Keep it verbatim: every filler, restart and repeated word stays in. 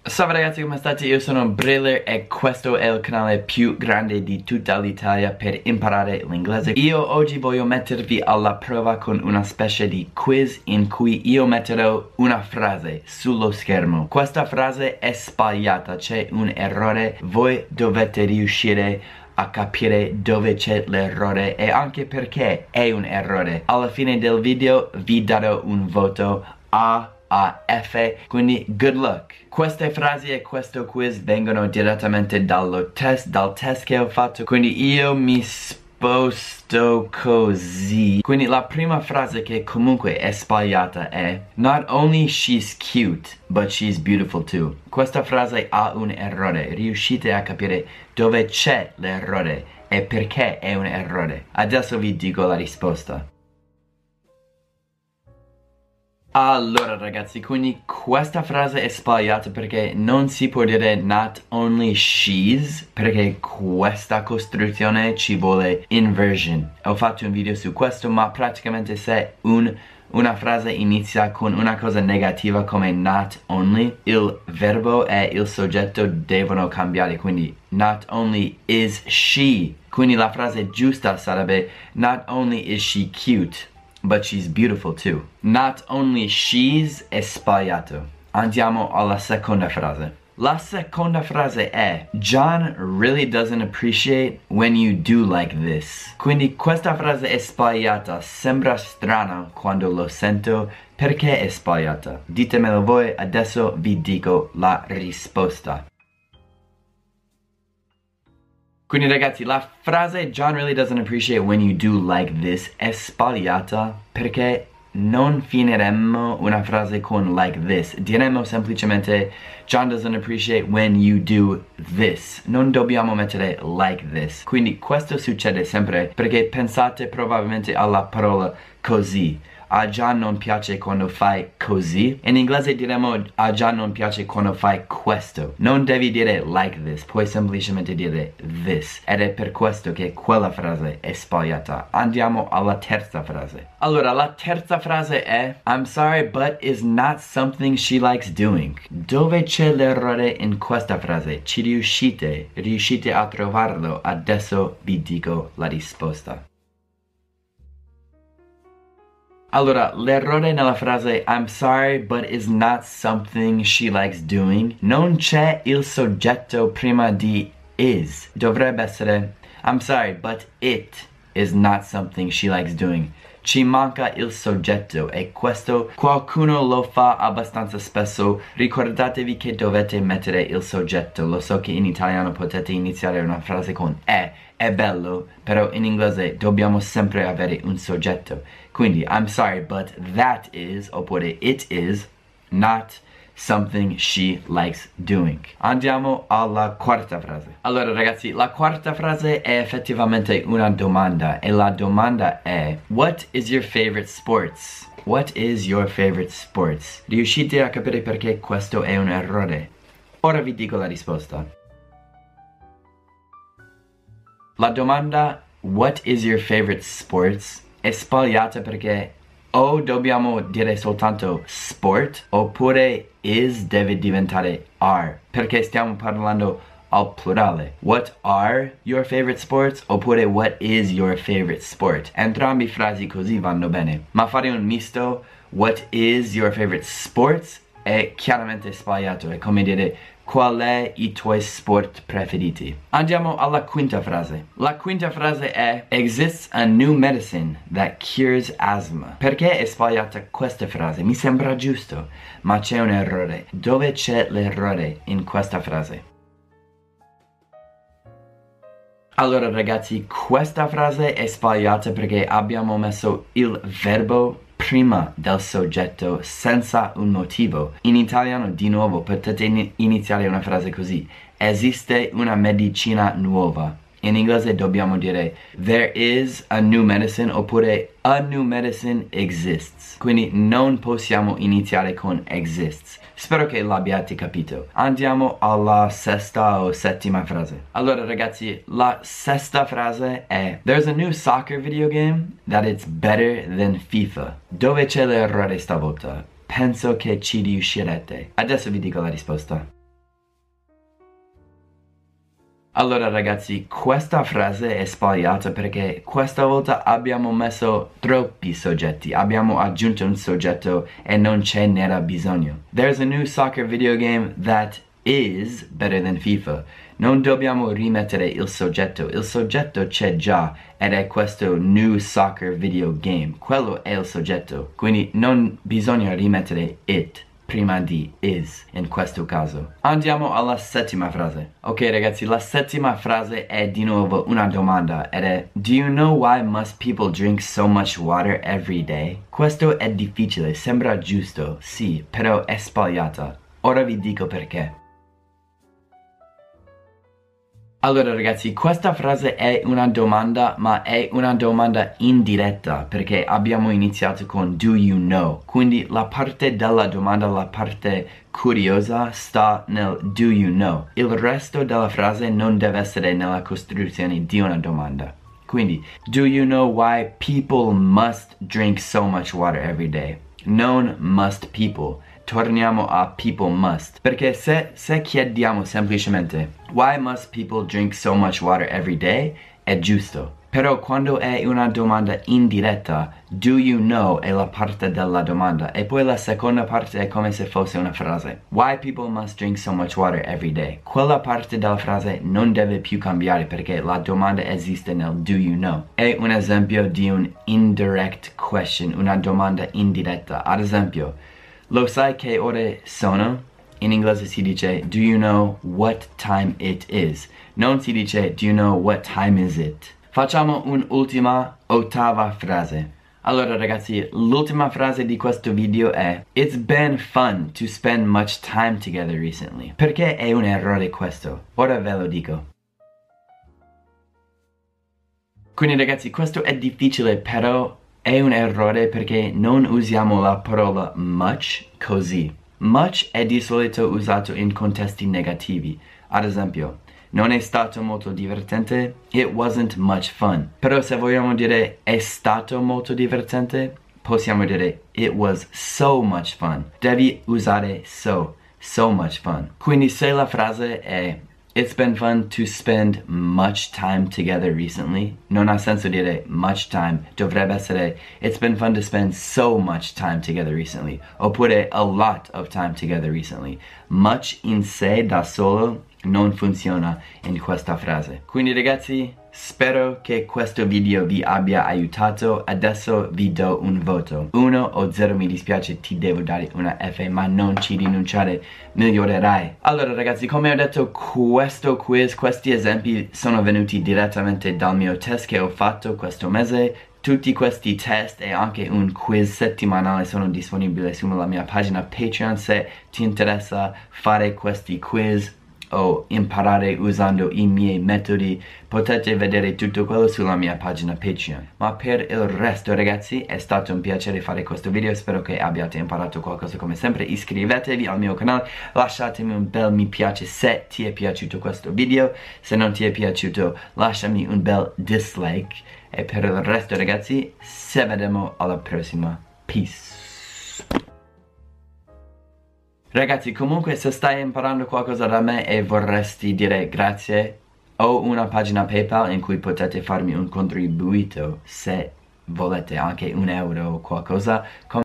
Salve ragazzi, come state? Io sono Briller e questo è il canale più grande di tutta l'Italia per imparare l'inglese. Io oggi voglio mettervi alla prova con una specie di quiz in cui io metterò una frase sullo schermo. Questa frase è sbagliata, c'è un errore, voi dovete riuscire a capire dove c'è l'errore e anche perché è un errore. Alla fine del video vi darò un voto A A F, quindi good luck. Queste frasi e questo quiz vengono direttamente dallo test, dal test che ho fatto, quindi io mi sposto così. Quindi la prima frase che comunque è sbagliata è not only she's cute, but she's beautiful too. Questa frase ha un errore, riuscite a capire dove c'è l'errore e perché è un errore. Adesso vi dico la risposta. Allora ragazzi, quindi questa frase è sbagliata perché non si può dire not only she's, perché questa costruzione ci vuole inversion. Ho fatto un video su questo, ma praticamente se un, una frase inizia con una cosa negativa come not only, il verbo e il soggetto devono cambiare, quindi not only is she. Quindi la frase giusta sarebbe not only is she cute, but she's beautiful too. Not only she's è sbagliato. Andiamo alla seconda frase. La seconda frase è John really doesn't appreciate when you do like this. Quindi questa frase è sbagliata. Sembra strana quando lo sento. Perché è sbagliata? Ditemelo voi, adesso vi dico la risposta. Quindi ragazzi, la frase John really doesn't appreciate when you do like this è sbagliata perché non finiremmo una frase con like this. Diremmo semplicemente John doesn't appreciate when you do this. Non dobbiamo mettere like this. Quindi questo succede sempre perché pensate probabilmente alla parola così. A John non piace quando fai così. In inglese diremo a John non piace quando fai questo. Non devi dire like this, puoi semplicemente dire this. Ed è per questo che quella frase è sbagliata. Andiamo alla terza frase. Allora, la terza frase è I'm sorry but is not something she likes doing. Dove c'è l'errore in questa frase? Ci riuscite? Riuscite a trovarlo? Adesso vi dico la risposta. Allora, l'errore nella frase I'm sorry but is not something she likes doing. Non c'è il soggetto prima di is. Dovrebbe essere I'm sorry but it is not something she likes doing. Ci manca il soggetto e questo qualcuno lo fa abbastanza spesso. Ricordatevi che dovete mettere il soggetto. Lo so che in italiano potete iniziare una frase con è, è bello, però in inglese dobbiamo sempre avere un soggetto. Quindi I'm sorry but that is, oppure it is, not something she likes doing. Andiamo alla quarta frase. Allora ragazzi, la quarta frase è effettivamente una domanda e la domanda è what is your favorite sports? What is your favorite sports? Riuscite a capire perché questo è un errore? Ora vi dico la risposta. La domanda what is your favorite sports è sbagliata perché o dobbiamo dire soltanto sport oppure is deve diventare are perché stiamo parlando al plurale. What are your favorite sports oppure what is your favorite sport? Entrambi frasi così vanno bene, ma fare un misto what is your favorite sports è chiaramente sbagliato. È come dire qual è i tuoi sport preferiti. Andiamo alla quinta frase. La quinta frase è exists a new medicine that cures asthma. Perché è sbagliata questa frase? Mi sembra giusto, ma c'è un errore. Dove c'è l'errore in questa frase? Allora ragazzi, questa frase è sbagliata perché abbiamo messo il verbo prima del soggetto senza un motivo. In italiano, di nuovo, potete iniziare una frase così. Esiste una medicina nuova. In inglese dobbiamo dire there is a new medicine oppure a new medicine exists. Quindi non possiamo iniziare con exists. Spero che l'abbiate capito. Andiamo alla sesta o settima frase. Allora ragazzi, la sesta frase è there's a new soccer video game that it's better than FIFA. Dove c'è l'errore stavolta? Penso che ci riuscirete. Adesso vi dico la risposta. Allora ragazzi, questa frase è sbagliata perché questa volta abbiamo messo troppi soggetti. Abbiamo aggiunto un soggetto e non ce n'era bisogno. There's a new soccer video game that is better than FIFA. Non dobbiamo rimettere il soggetto. Il soggetto c'è già ed è questo new soccer video game. Quello è il soggetto. Quindi non bisogna rimettere it prima di is in questo caso. Andiamo alla settima frase. Ok ragazzi, la settima frase è di nuovo una domanda ed è: Do you know why must people drink so much water every day? Questo è difficile, sembra giusto, sì, però è sbagliata. Ora vi dico perché. Allora ragazzi, questa frase è una domanda, ma è una domanda indiretta perché abbiamo iniziato con do you know. Quindi la parte della domanda, la parte curiosa sta nel do you know. Il resto della frase non deve essere nella costruzione di una domanda. Quindi, do you know why people must drink so much water every day? Non must people. Torniamo a people must. Perché se, se chiediamo semplicemente why must people drink so much water every day? È giusto. Però quando è una domanda indiretta, do you know è la parte della domanda e poi la seconda parte è come se fosse una frase. Why people must drink so much water every day? Quella parte della frase non deve più cambiare perché la domanda esiste nel do you know. È un esempio di un indirect question, una domanda indiretta. Ad esempio, lo sai che ore sono? In inglese si dice do you know what time it is? Non si dice do you know what time is it? Facciamo un'ultima ottava frase. Allora ragazzi, l'ultima frase di questo video è It's been fun to spend much time together recently. Perché è un errore questo? Ora ve lo dico. Quindi ragazzi, questo è difficile, però è un errore perché non usiamo la parola much così. Much è di solito usato in contesti negativi. Ad esempio, non è stato molto divertente? It wasn't much fun. Però se vogliamo dire è stato molto divertente, possiamo dire it was so much fun. Devi usare so, so much fun. Quindi se la frase è It's been fun to spend much time together recently, non ha senso dire much time, dovrebbe essere It's been fun to spend so much time together recently, oppure a lot of time together recently. Much in sé da solo non funziona in questa frase. Quindi ragazzi, spero che questo video vi abbia aiutato. Adesso vi do un voto. uno o zero mi dispiace, ti devo dare una F, ma non ci rinunciare, migliorerai. Allora ragazzi, come ho detto, questo quiz, questi esempi sono venuti direttamente dal mio test che ho fatto questo mese. Tutti questi test e anche un quiz settimanale sono disponibili sulla mia pagina Patreon. Se ti interessa fare questi quiz o imparare usando i miei metodi, potete vedere tutto quello sulla mia pagina Patreon. Ma per il resto ragazzi, è stato un piacere fare questo video, spero che abbiate imparato qualcosa come sempre. Iscrivetevi al mio canale, lasciatemi un bel mi piace se ti è piaciuto questo video. Se non ti è piaciuto, lasciami un bel dislike. E per il resto ragazzi, ci vediamo alla prossima. Peace. Ragazzi, comunque se stai imparando qualcosa da me e vorresti dire grazie, ho una pagina PayPal in cui potete farmi un contributo se volete, anche un euro o qualcosa.